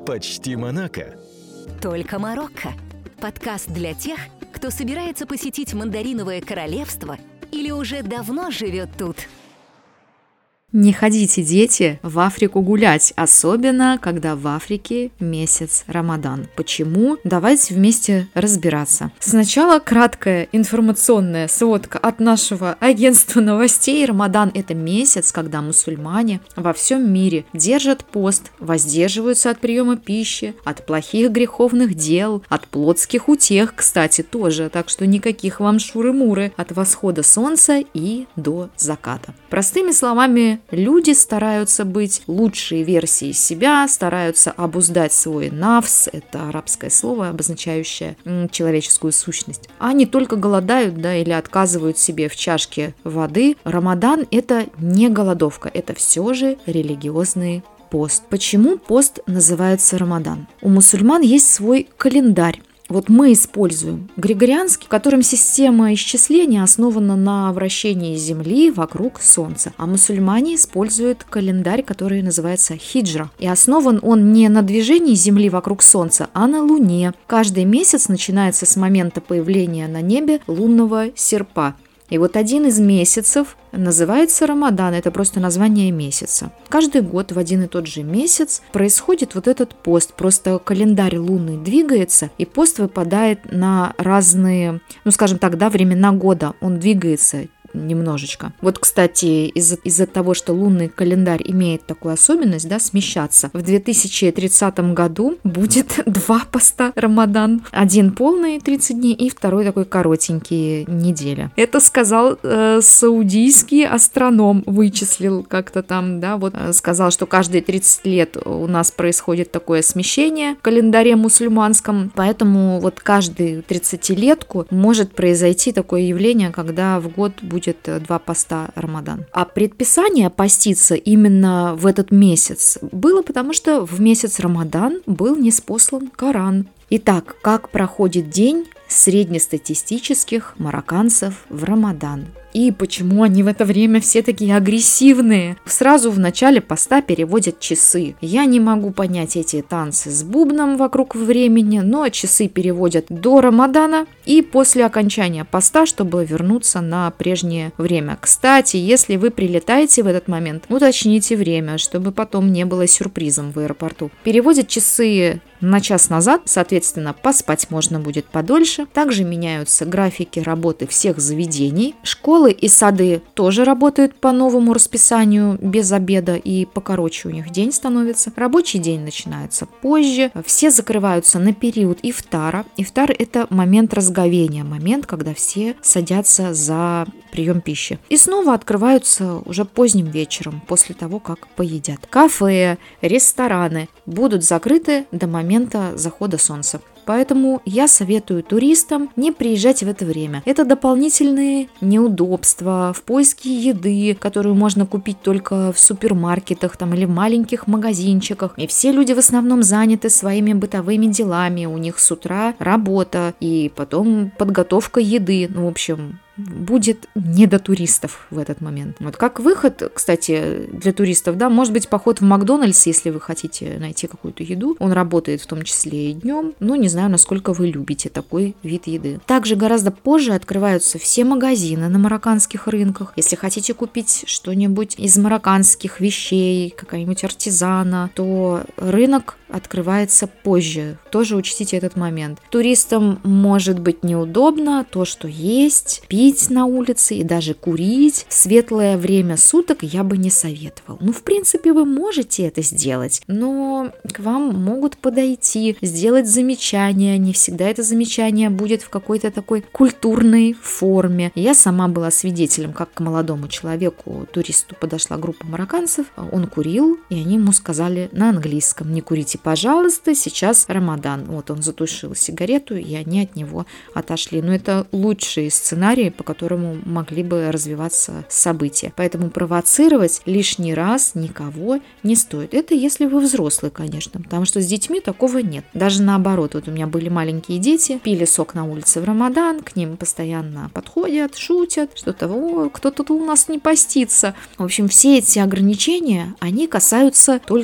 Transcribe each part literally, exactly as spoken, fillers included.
Почти Монако. Только Марокко. Подкаст для тех, кто собирается посетить Мандариновое королевство или уже давно живет тут. Не ходите, дети, в Африку гулять, особенно когда в Африке месяц Рамадан. Почему? Давайте вместе разбираться. Сначала краткая информационная сводка от нашего агентства новостей. Рамадан – это месяц, когда мусульмане во всем мире держат пост, воздерживаются от приема пищи, от плохих греховных дел, от плотских утех, кстати, тоже. Так что никаких вам шуры-муры от восхода солнца и до заката. Простыми словами, люди стараются быть лучшей версией себя, стараются обуздать свой нафс, это арабское слово, обозначающее м, человеческую сущность. А не только голодают, да, или отказывают себе в чашке воды. Рамадан – это не голодовка, это все же религиозный пост. Почему пост называется Рамадан? У мусульман есть свой календарь. Вот мы используем григорианский, в котором система исчисления основана на вращении Земли вокруг Солнца. А мусульмане используют календарь, который называется хиджра. И основан он не на движении Земли вокруг Солнца, а на Луне. Каждый месяц начинается с момента появления на небе лунного серпа. И вот один из месяцев называется Рамадан, это просто название месяца. Каждый год в один и тот же месяц происходит вот этот пост, просто календарь лунный двигается, и пост выпадает на разные, ну скажем так, да, времена года, он двигается немножечко. Вот, кстати, из-за, из-за того, что лунный календарь имеет такую особенность, да, смещаться, в две тысячи тридцатом году будет два поста Рамадан. Один полный тридцать дней и второй такой коротенький неделя. Это сказал э, саудийский астроном, вычислил как-то там, да, вот э, сказал, что каждые тридцать лет у нас происходит такое смещение в календаре мусульманском, поэтому вот каждую тридцатилетку может произойти такое явление, когда в год будет будет два поста Рамадан. А предписание поститься именно в этот месяц было потому, что в месяц Рамадан был ниспослан Коран. Итак, как проходит день среднестатистических марокканцев в Рамадан? И почему они в это время все такие агрессивные? Сразу в начале поста переводят часы. Я не могу понять эти танцы с бубном вокруг времени, но часы переводят до Рамадана и после окончания поста, чтобы вернуться на прежнее время. Кстати, если вы прилетаете в этот момент, уточните время, чтобы потом не было сюрпризом в аэропорту. Переводят часы на час назад, соответственно, поспать можно будет подольше. Также меняются графики работы всех заведений. Школы и сады тоже работают по новому расписанию, без обеда, и покороче у них день становится. Рабочий день начинается позже. Все закрываются на период ифтара. Ифтар – это момент разговения, момент, когда все садятся за прием пищи. И снова открываются уже поздним вечером, после того, как поедят. Кафе, рестораны будут закрыты до момента захода солнца. Поэтому я советую туристам не приезжать в это время. Это дополнительные неудобства в поиске еды, которую можно купить только в супермаркетах там, или в маленьких магазинчиках. И все люди в основном заняты своими бытовыми делами. У них с утра работа и потом подготовка еды. Ну, в общем, будет не до туристов в этот момент. Вот как выход, кстати, для туристов, да, может быть поход в Макдональдс, если вы хотите найти какую-то еду. Он работает в том числе и днем. Ну, не знаю, насколько вы любите такой вид еды. Также гораздо позже открываются все магазины на марокканских рынках. Если хотите купить что-нибудь из марокканских вещей, какая-нибудь артизана, то рынок открывается позже. Тоже учтите этот момент. Туристам может быть неудобно то, что есть, пить на улице и даже курить в светлое время суток я бы не советовал. Ну, в принципе, вы можете это сделать, но к вам могут подойти, сделать замечание. Не всегда это замечание будет в какой-то такой культурной форме. Я сама была свидетелем, как к молодому человеку, туристу, подошла группа марокканцев. Он курил, и они ему сказали на английском: не курите, пожалуйста, сейчас Рамадан. Вот он затушил сигарету, и они от него отошли. Но это лучшие сценарии, по которому могли бы развиваться события. Поэтому провоцировать лишний раз никого не стоит. Это если вы взрослый, конечно, потому что с детьми такого нет. Даже наоборот, вот у меня были маленькие дети, пили сок на улице в Рамадан, к ним постоянно подходят, шутят, что-то, о, кто-то у нас не постится. В общем, все эти ограничения, они касаются только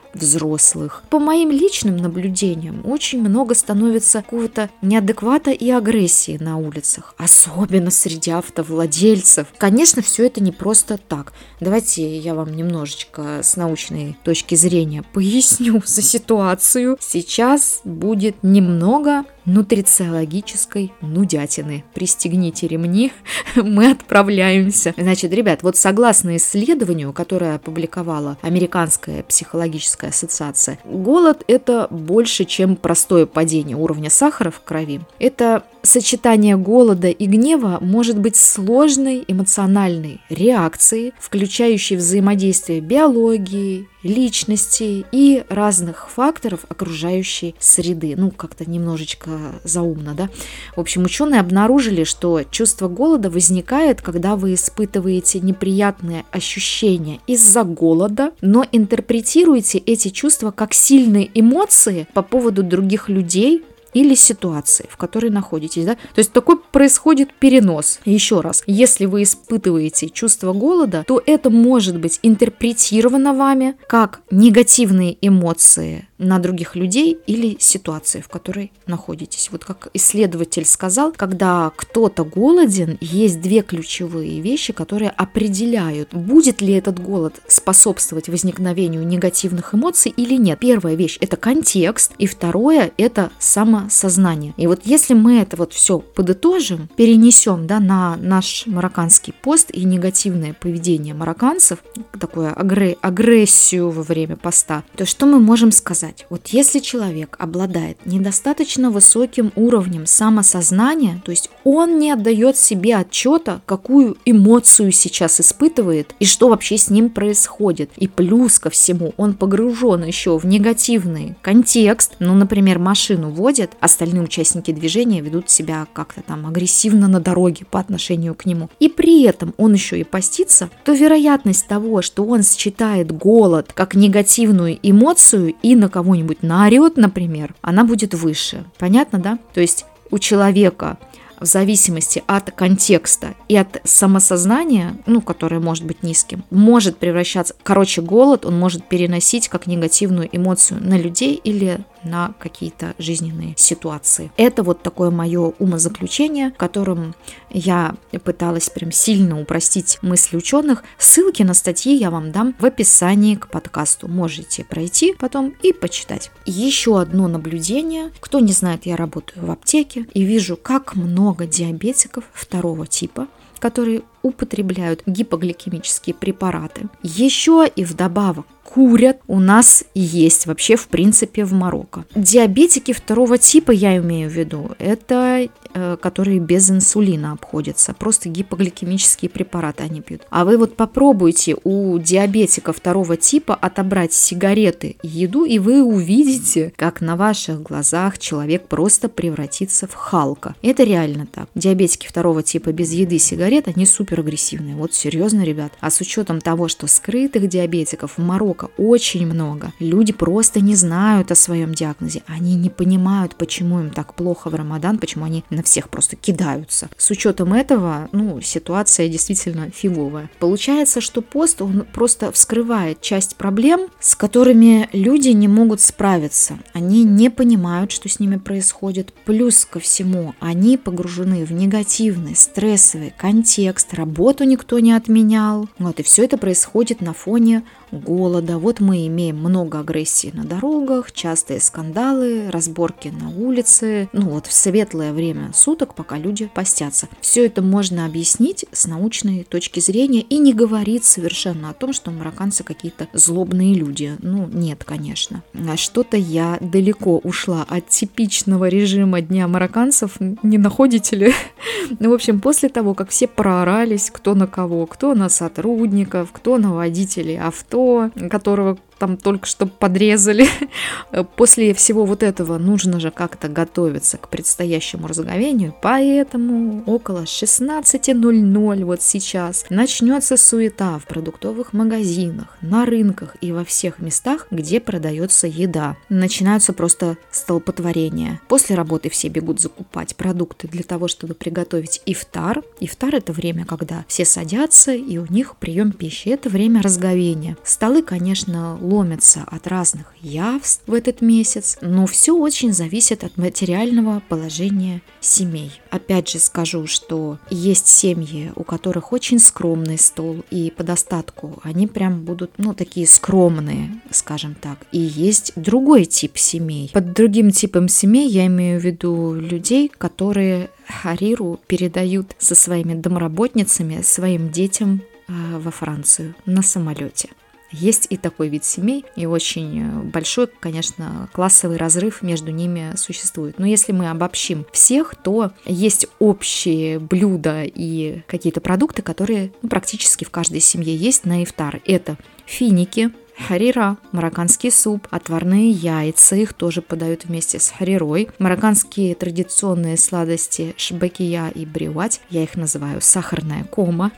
взрослых. По моим личным наблюдениям, очень много становится какого-то неадеквата и агрессии на улицах, особенно среди автовладельцев. Конечно, все это не просто так. Давайте я вам немножечко с научной точки зрения поясню за ситуацию. Сейчас будет немного нутрициологической нудятины. Пристегните ремни, мы отправляемся. Значит, ребят, вот согласно исследованию, которое опубликовала Американская психологическая ассоциация, голод – это больше, чем простое падение уровня сахара в крови. Это сочетание голода и гнева может быть сложной эмоциональной реакцией, включающей взаимодействие биологии, личности и разных факторов окружающей среды. Ну, как-то немножечко заумно, да? В общем, ученые обнаружили, что чувство голода возникает, когда вы испытываете неприятные ощущения из-за голода, но интерпретируете эти чувства как сильные эмоции по поводу других людей или ситуации, в которой находитесь, да? То есть такой происходит перенос. Еще раз, если вы испытываете чувство голода, то это может быть интерпретировано вами как негативные эмоции на других людей или ситуации, в которой находитесь. Вот как исследователь сказал, когда кто-то голоден, есть две ключевые вещи, которые определяют, будет ли этот голод способствовать возникновению негативных эмоций или нет. Первая вещь – это контекст, и второе – это самосознание. И вот если мы это вот все подытожим, перенесем, да, на наш марокканский пост и негативное поведение марокканцев, такую агрессию во время поста, то что мы можем сказать? Вот если человек обладает недостаточно высоким уровнем самосознания, то есть он не отдает себе отчета, какую эмоцию сейчас испытывает и что вообще с ним происходит. И плюс ко всему он погружен еще в негативный контекст, ну, например, машину водят, остальные участники движения ведут себя как-то там агрессивно на дороге по отношению к нему, и при этом он еще и постится, то вероятность того, что он считает голод как негативную эмоцию и на кого-нибудь наорет, например, она будет выше. Понятно, да? То есть у человека в зависимости от контекста и от самосознания, ну, которое может быть низким, может превращаться, короче, голод он может переносить как негативную эмоцию на людей или на какие-то жизненные ситуации. Это вот такое мое умозаключение, в котором я пыталась прям сильно упростить мысли ученых. Ссылки на статьи я вам дам в описании к подкасту. Можете пройти потом и почитать. Еще одно наблюдение. Кто не знает, я работаю в аптеке и вижу, как много диабетиков второго типа, которые употребляют гипогликемические препараты. Еще и вдобавок курят у нас есть вообще в принципе в Марокко. Диабетики второго типа, я имею в виду, это э, которые без инсулина обходятся, просто гипогликемические препараты они пьют. А вы вот попробуйте у диабетика второго типа отобрать сигареты и еду, и вы увидите, как на ваших глазах человек просто превратится в Халка. Это реально так. Диабетики второго типа без еды и сигарет, они супер агрессивные. Вот серьезно, ребят. А с учетом того, что скрытых диабетиков в Марокко очень много, люди просто не знают о своем диагнозе. Они не понимают, почему им так плохо в Рамадан, почему они на всех просто кидаются. С учетом этого, ну, ситуация действительно фиговая. Получается, что пост, он просто вскрывает часть проблем, с которыми люди не могут справиться. Они не понимают, что с ними происходит. Плюс ко всему, они погружены в негативный, стрессовый контекст, работу никто не отменял. Вот, и все это происходит на фоне голода. Вот мы имеем много агрессии на дорогах, частые скандалы, разборки на улице, ну вот в светлое время суток, пока люди постятся. Все это можно объяснить с научной точки зрения и не говорить совершенно о том, что марокканцы какие-то злобные люди. Ну, нет, конечно. Что-то я далеко ушла от типичного режима Дня марокканцев, не находите ли? Ну, в общем, после того, как все проорались, кто на кого, кто на сотрудников, кто на водителей авто, которого там только что подрезали. После всего вот этого нужно же как-то готовиться к предстоящему разговению, поэтому около шестнадцать ноль ноль вот сейчас начнется суета в продуктовых магазинах, на рынках и во всех местах, где продается еда. Начинаются просто столпотворения. После работы все бегут закупать продукты для того, чтобы приготовить ифтар. Ифтар – это время, когда все садятся, и у них прием пищи. Это время разговения. Столы, конечно, ломятся от разных явств в этот месяц, но все очень зависит от материального положения семей. Опять же скажу, что есть семьи, у которых очень скромный стол, и по достатку они прям будут, ну, такие скромные, скажем так. И есть другой тип семей. Под другим типом семей я имею в виду людей, которые хариру передают со своими домработницами своим детям во Францию на самолете. Есть и такой вид семей, и очень большой, конечно, классовый разрыв между ними существует. Но если мы обобщим всех, то есть общие блюда и какие-то продукты, которые, ну, практически в каждой семье есть на ифтар. Это финики, харира, марокканский суп, отварные яйца, их тоже подают вместе с харирой, марокканские традиционные сладости шбакия и бриуать, я их называю сахарная кома,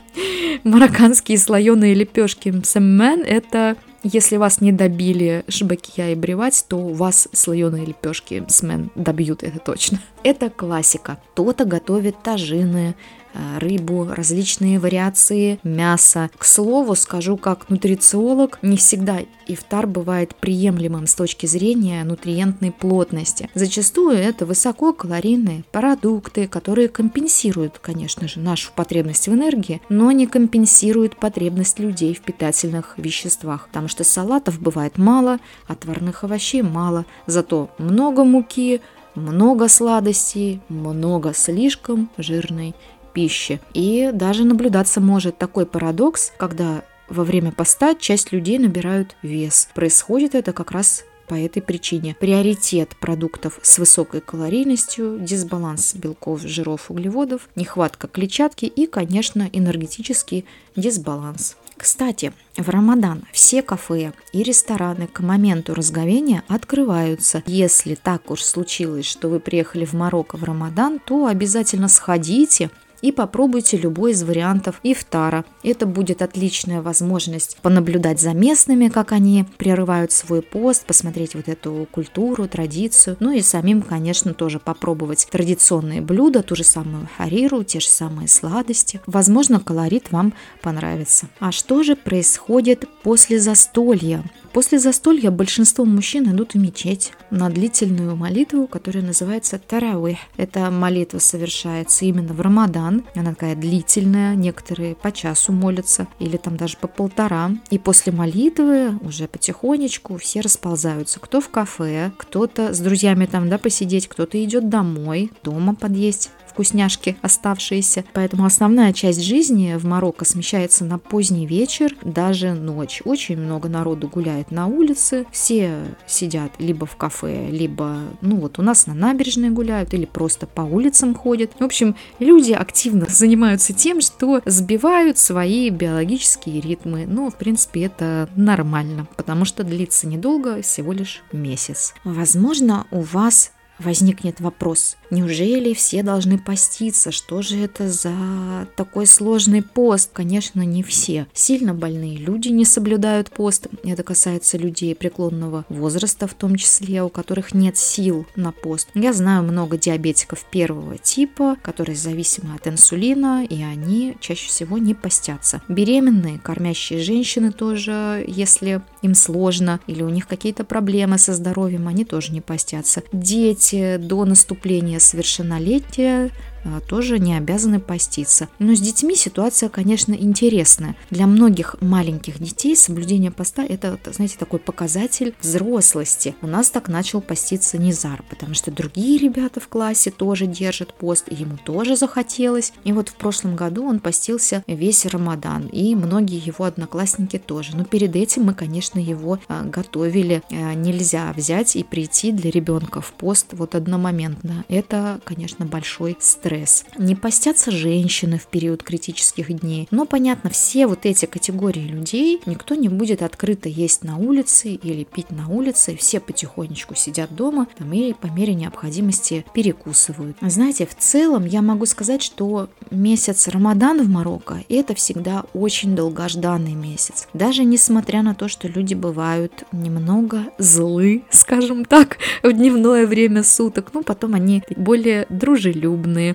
марокканские слоеные лепешки мсеммен, это если вас не добили шбакия и бриуать, то вас слоеные лепешки мсмен добьют, это точно. Это классика. Кто-то готовит тажины, рыбу, различные вариации мяса. К слову, скажу как нутрициолог, не всегда ифтар бывает приемлемым с точки зрения нутриентной плотности. Зачастую это высококалорийные продукты, которые компенсируют, конечно же, нашу потребность в энергии, но не компенсируют потребность людей в питательных веществах, потому что салатов бывает мало, отварных овощей мало, зато много муки, много сладостей, много слишком жирной пищи. И даже наблюдаться может такой парадокс, когда во время поста часть людей набирают вес. Происходит это как раз по этой причине. Приоритет продуктов с высокой калорийностью, дисбаланс белков, жиров, углеводов, нехватка клетчатки и, конечно, энергетический дисбаланс. Кстати, в Рамадан все кафе и рестораны к моменту разговения открываются. Если так уж случилось, что вы приехали в Марокко в Рамадан, то обязательно сходите и попробуйте любой из вариантов ифтара. Это будет отличная возможность понаблюдать за местными, как они прерывают свой пост, посмотреть вот эту культуру, традицию, ну и самим, конечно, тоже попробовать традиционные блюда, ту же самую хариру, те же самые сладости. Возможно, колорит вам понравится. А что же происходит после застолья? После застолья большинство мужчин идут в мечеть на длительную молитву, которая называется тарауих. Эта молитва совершается именно в Рамадан. Она такая длительная, некоторые по часу молятся, или там даже по полтора. И после молитвы уже потихонечку все расползаются. Кто в кафе, кто-то с друзьями там, да, посидеть, кто-то идет домой, дома подъесть вкусняшки оставшиеся. Поэтому основная часть жизни в Марокко смещается на поздний вечер, даже ночь. Очень много народу гуляет на улице, все сидят либо в кафе, либо, ну вот у нас на набережной гуляют, или просто по улицам ходят. В общем, люди активно занимаются тем, что сбивают свои биологические ритмы. Ну, в принципе, это нормально, потому что длится недолго, всего лишь месяц. Возможно, у вас возникнет вопрос: неужели все должны поститься? Что же это за такой сложный пост? Конечно, не все. Сильно больные люди не соблюдают пост. Это касается людей преклонного возраста, в том числе, у которых нет сил на пост. Я знаю много диабетиков первого типа, которые зависимы от инсулина, и они чаще всего не постятся. Беременные, кормящие женщины тоже, если им сложно или у них какие-то проблемы со здоровьем, они тоже не постятся. Дети до наступления совершеннолетия тоже не обязаны поститься. Но с детьми ситуация, конечно, интересная. Для многих маленьких детей соблюдение поста – это, знаете, такой показатель взрослости. У нас так начал поститься Низар, потому что другие ребята в классе тоже держат пост, и ему тоже захотелось. И вот в прошлом году он постился весь Рамадан, и многие его одноклассники тоже. Но перед этим мы, конечно, его готовили. Нельзя взять и прийти для ребенка в пост вот одномоментно. Это, конечно, большой стресс. Не постятся женщины в период критических дней. Но, понятно, все вот эти категории людей, никто не будет открыто есть на улице или пить на улице. Все потихонечку сидят дома там, и по мере необходимости перекусывают. Знаете, в целом я могу сказать, что месяц Рамадан в Марокко – это всегда очень долгожданный месяц. Даже несмотря на то, что люди бывают немного злы, скажем так, в дневное время суток, но потом они более дружелюбные,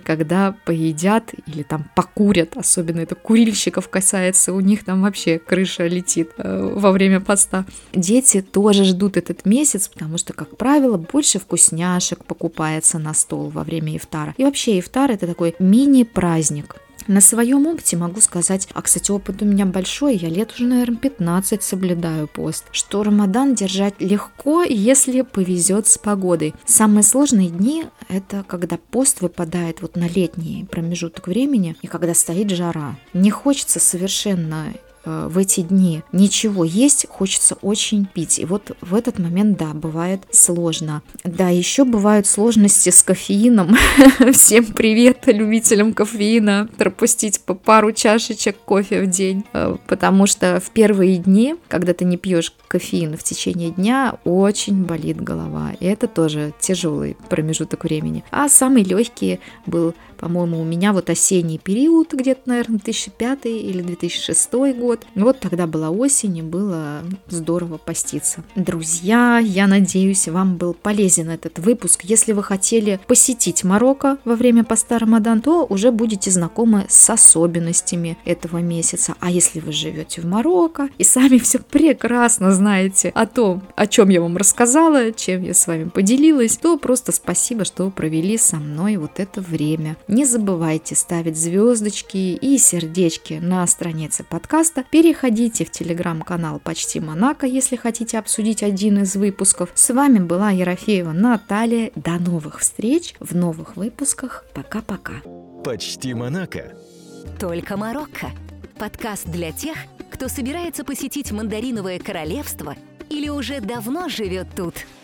когда поедят или там покурят, особенно это курильщиков касается, у них там вообще крыша летит э, во время поста. Дети тоже ждут этот месяц, потому что, как правило, больше вкусняшек покупается на стол во время ифтара. И вообще ифтар — это такой мини-праздник. На своем опыте могу сказать, а, кстати, опыт у меня большой, я лет уже, наверное, пятнадцать соблюдаю пост, что Рамадан держать легко, если повезет с погодой. Самые сложные дни – это когда пост выпадает вот на летний промежуток времени и когда стоит жара. Не хочется совершенно в эти дни ничего есть, хочется очень пить. И вот в этот момент, да, бывает сложно. Да, еще бывают сложности с кофеином. Всем привет любителям кофеина. Пропустить по пару чашечек кофе в день. Потому что в первые дни, когда ты не пьешь кофеин в течение дня, очень болит голова. И это тоже тяжелый промежуток времени. А самый легкий был, по-моему, у меня вот осенний период, где-то, наверное, две тысячи пятый или две тысячи шестой год. Вот тогда была осень, и было здорово поститься. Друзья, я надеюсь, вам был полезен этот выпуск. Если вы хотели посетить Марокко во время поста Рамадан, то уже будете знакомы с особенностями этого месяца. А если вы живете в Марокко и сами все прекрасно знаете о том, о чем я вам рассказала, чем я с вами поделилась, то просто спасибо, что провели со мной вот это время. Не забывайте ставить звездочки и сердечки на странице подкаста. Переходите в телеграм-канал «Почти Монако», если хотите обсудить один из выпусков. С вами была Ерофеева Наталья. До новых встреч в новых выпусках. Пока-пока. «Почти Монако». Только Марокко. Подкаст для тех, кто собирается посетить Мандариновое королевство или уже давно живет тут.